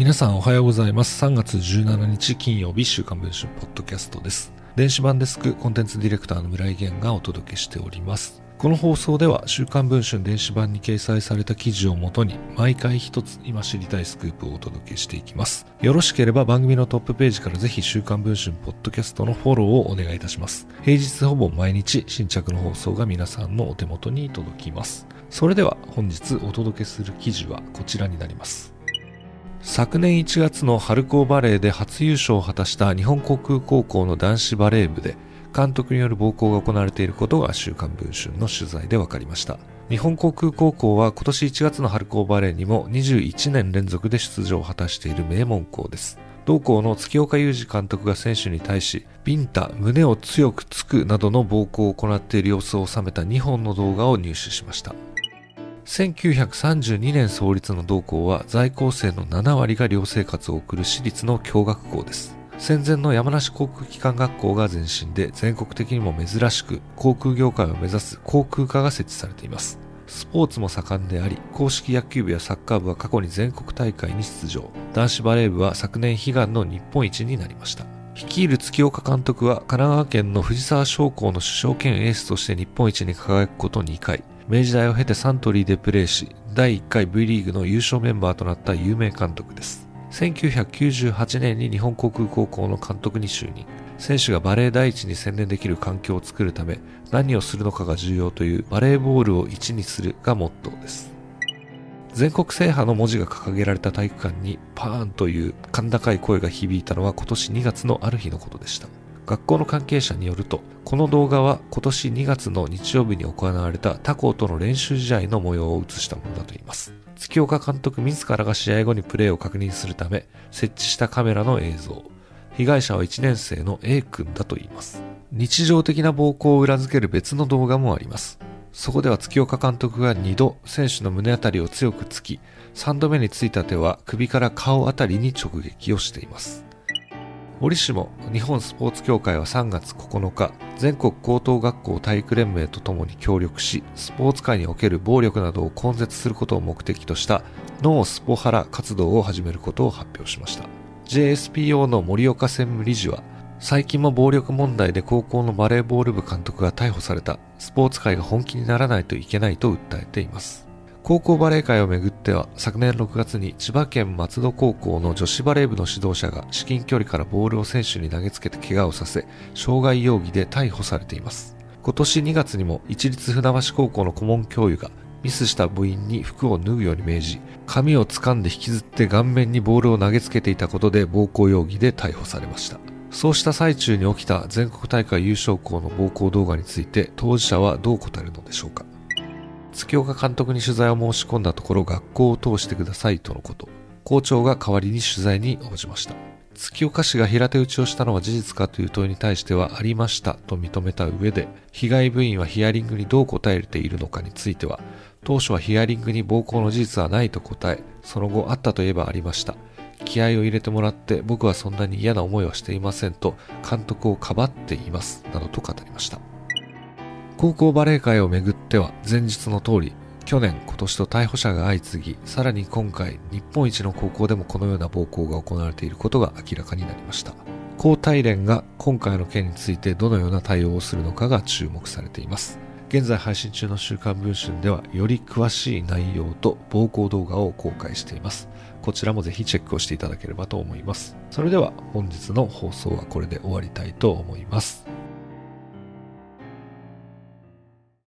皆さんおはようございます。3月17日金曜日、週刊文春ポッドキャストです。電子版デスクコンテンツディレクターの村井源がお届けしております。この放送では週刊文春電子版に掲載された記事をもとに毎回一つ今知りたいスクープをお届けしていきます。よろしければ番組のトップページからぜひ週刊文春ポッドキャストのフォローをお願いいたします。平日ほぼ毎日新着の放送が皆さんのお手元に届きます。それでは本日お届けする記事はこちらになります。昨年1月の春高バレーで初優勝を果たした日本航空高校の男子バレー部で監督による暴行が行われていることが週刊文春の取材で分かりました。日本航空高校は今年1月の春高バレーにも21年連続で出場を果たしている名門校です。同校の月岡裕二監督が選手に対しビンタ、胸を強くつくなどの暴行を行っている様子を収めた2本の動画を入手しました。1932年創立の同校は在校生の7割が寮生活を送る私立の共学校です。戦前の山梨航空機関学校が前身で全国的にも珍しく航空業界を目指す航空科が設置されています。スポーツも盛んであり、硬式野球部やサッカー部は過去に全国大会に出場。男子バレー部は昨年悲願の日本一になりました。率いる月岡監督は神奈川県の藤沢商工の主将兼エースとして日本一に輝くこと2回。明治大を経てサントリーでプレーし、第1回 V リーグの優勝メンバーとなった有名監督です。1998年に日本航空高校の監督に就任。選手がバレー第一に専念できる環境を作るため、何をするのかが重要というバレーボールを一にするがモットーです。全国制覇の文字が掲げられた体育館にパーンという甲高い声が響いたのは今年2月のある日のことでした。学校の関係者によると、この動画は今年2月の日曜日に行われた他校との練習試合の模様を映したものだといいます。月岡監督自らが試合後にプレーを確認するため設置したカメラの映像。被害者は1年生の A 君だといいます。日常的な暴行を裏付ける別の動画もあります。そこでは月岡監督が2度選手の胸あたりを強く突き、3度目についた手は首から顔あたりに直撃をしています。折しも日本スポーツ協会は3月9日、全国高等学校体育連盟とともに協力し、スポーツ界における暴力などを根絶することを目的としたノースポハラ活動を始めることを発表しました。JSPO の森岡専務理事は、最近も暴力問題で高校のバレーボール部監督が逮捕された。スポーツ界が本気にならないといけないと訴えています。高校バレー界をめぐっては昨年6月に千葉県松戸高校の女子バレー部の指導者が至近距離からボールを選手に投げつけて怪我をさせ傷害容疑で逮捕されています。今年2月にも市立船橋高校の顧問教諭がミスした部員に服を脱ぐように命じ、髪を掴んで引きずって顔面にボールを投げつけていたことで暴行容疑で逮捕されました。そうした最中に起きた全国大会優勝校の暴行動画について当事者はどう答えるのでしょうか。月岡監督に取材を申し込んだところ学校を通してくださいとのこと。校長が代わりに取材に応じました。月岡氏が平手打ちをしたのは事実かという問いに対してはありましたと認めた上で、被害部員はヒアリングにどう答えているのかについては、当初はヒアリングに暴行の事実はないと答え、その後あったといえばありました。気合を入れてもらって僕はそんなに嫌な思いはしていませんと監督をかばっていますなどと語りました。高校バレー界をめぐっては前日の通り、去年今年と逮捕者が相次ぎ、さらに今回日本一の高校でもこのような暴行が行われていることが明らかになりました。高体連が今回の件についてどのような対応をするのかが注目されています。現在配信中の週刊文春ではより詳しい内容と暴行動画を公開しています。こちらもぜひチェックをしていただければと思います。それでは本日の放送はこれで終わりたいと思います。